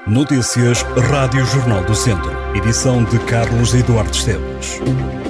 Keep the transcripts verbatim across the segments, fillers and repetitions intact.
Notícias Rádio Jornal do Centro. Edição de Carlos Eduardo Esteves.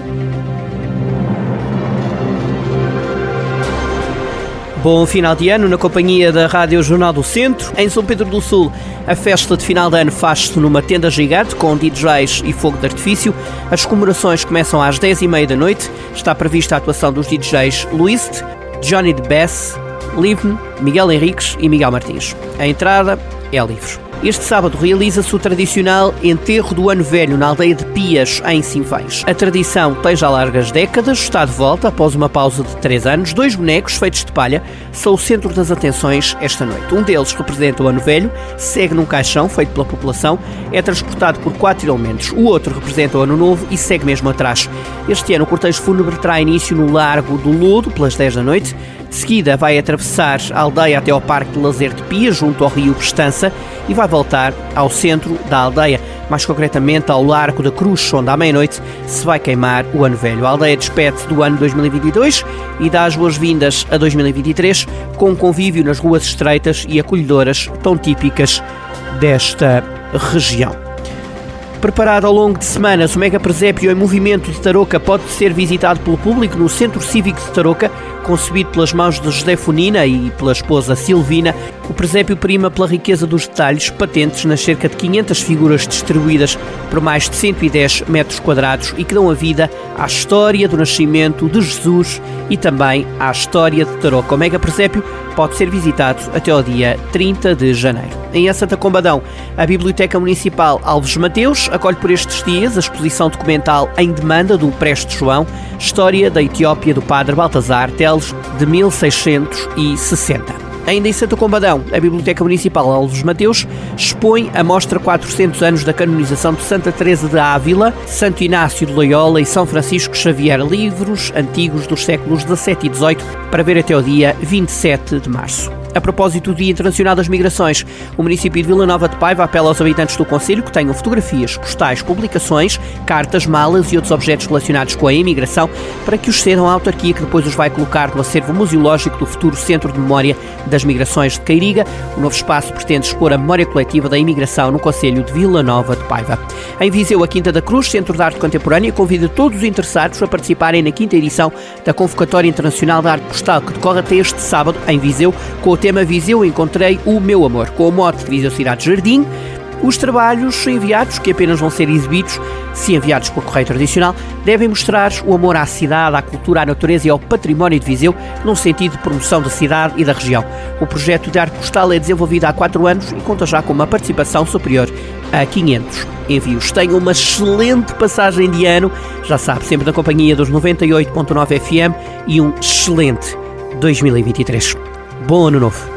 Bom final de ano na companhia da Rádio Jornal do Centro. Em São Pedro do Sul, a festa de final de ano faz-se numa tenda gigante com D Js e fogo de artifício. As comemorações começam às dez e meia da noite. Está prevista a atuação dos D Js Luist, Johnny the Bass, Livne, Miguel Henriques e Miguel Martins. A entrada é livre. Este sábado realiza-se o tradicional enterro do Ano Velho na aldeia de Pias, em Sinfãs. A tradição tem já largas décadas, está de volta após uma pausa de três anos. Dois bonecos feitos de palha são o centro das atenções esta noite. Um deles representa o Ano Velho, segue num caixão feito pela população, é transportado por quatro elementos. O outro representa o Ano Novo e segue mesmo atrás. Este ano o cortejo fúnebre terá início no Largo do Lodo, pelas dez da noite. De seguida vai atravessar a aldeia até ao Parque de Lazer de Pias, junto ao rio Pestança, e vai voltar ao centro da aldeia, mais concretamente ao Largo da Cruz, onde à meia-noite se vai queimar o Ano Velho. A aldeia despede do ano dois mil e vinte e dois e dá as boas-vindas a dois mil e vinte e três, com um convívio nas ruas estreitas e acolhedoras tão típicas desta região. Preparado ao longo de semanas, o mega presépio em movimento de Tarouca pode ser visitado pelo público no Centro Cívico de Tarouca, concebido pelas mãos de José Funina e pela esposa Silvina. O presépio prima pela riqueza dos detalhes patentes nas cerca de quinhentas figuras distribuídas por mais de cento e dez metros quadrados e que dão a vida à história do nascimento de Jesus e também à história de Tarouca. O mega presépio pode ser visitado até ao dia trinta de janeiro. Em Santa Combadão, a Biblioteca Municipal Alves Mateus acolhe por estes dias a exposição documental em demanda do Preste João, História da Etiópia do Padre Baltazar Teles, de mil seiscentos e sessenta. Ainda em Santa Combadão, a Biblioteca Municipal Alves Mateus expõe a mostra quatrocentos anos da canonização de Santa Teresa de Ávila, Santo Inácio de Loyola e São Francisco Xavier, livros antigos dos séculos dezassete e dezoito, para ver até o dia vinte e sete de março. A propósito do Dia Internacional das Migrações, o município de Vila Nova de Paiva apela aos habitantes do concelho que tenham fotografias, postais, publicações, cartas, malas e outros objetos relacionados com a imigração para que os cedam à autarquia, que depois os vai colocar no acervo museológico do futuro Centro de Memória das Migrações de Queiriga. O novo espaço pretende expor a memória coletiva da imigração no concelho de Vila Nova de Paiva. Em Viseu, a Quinta da Cruz, Centro de Arte Contemporânea, convida todos os interessados a participarem na quinta edição da Convocatória Internacional da Arte Postal, que decorre até este sábado em Viseu, com o tema Viseu Encontrei o Meu Amor, com o mote de Viseu Cidade Jardim. Os trabalhos enviados, que apenas vão ser exibidos se enviados por correio tradicional, devem mostrar o amor à cidade, à cultura, à natureza e ao património de Viseu, num sentido de promoção da cidade e da região. O projeto de arte postal é desenvolvido há quatro anos e conta já com uma participação superior a quinhentos envios. Tenham uma excelente passagem de ano, já sabe, sempre na companhia dos noventa e oito ponto nove F M, e um excelente dois mil e vinte e três. Bom Ano Novo!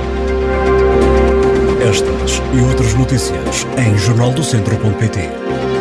Estas e outras notícias em jornal do centro ponto pt.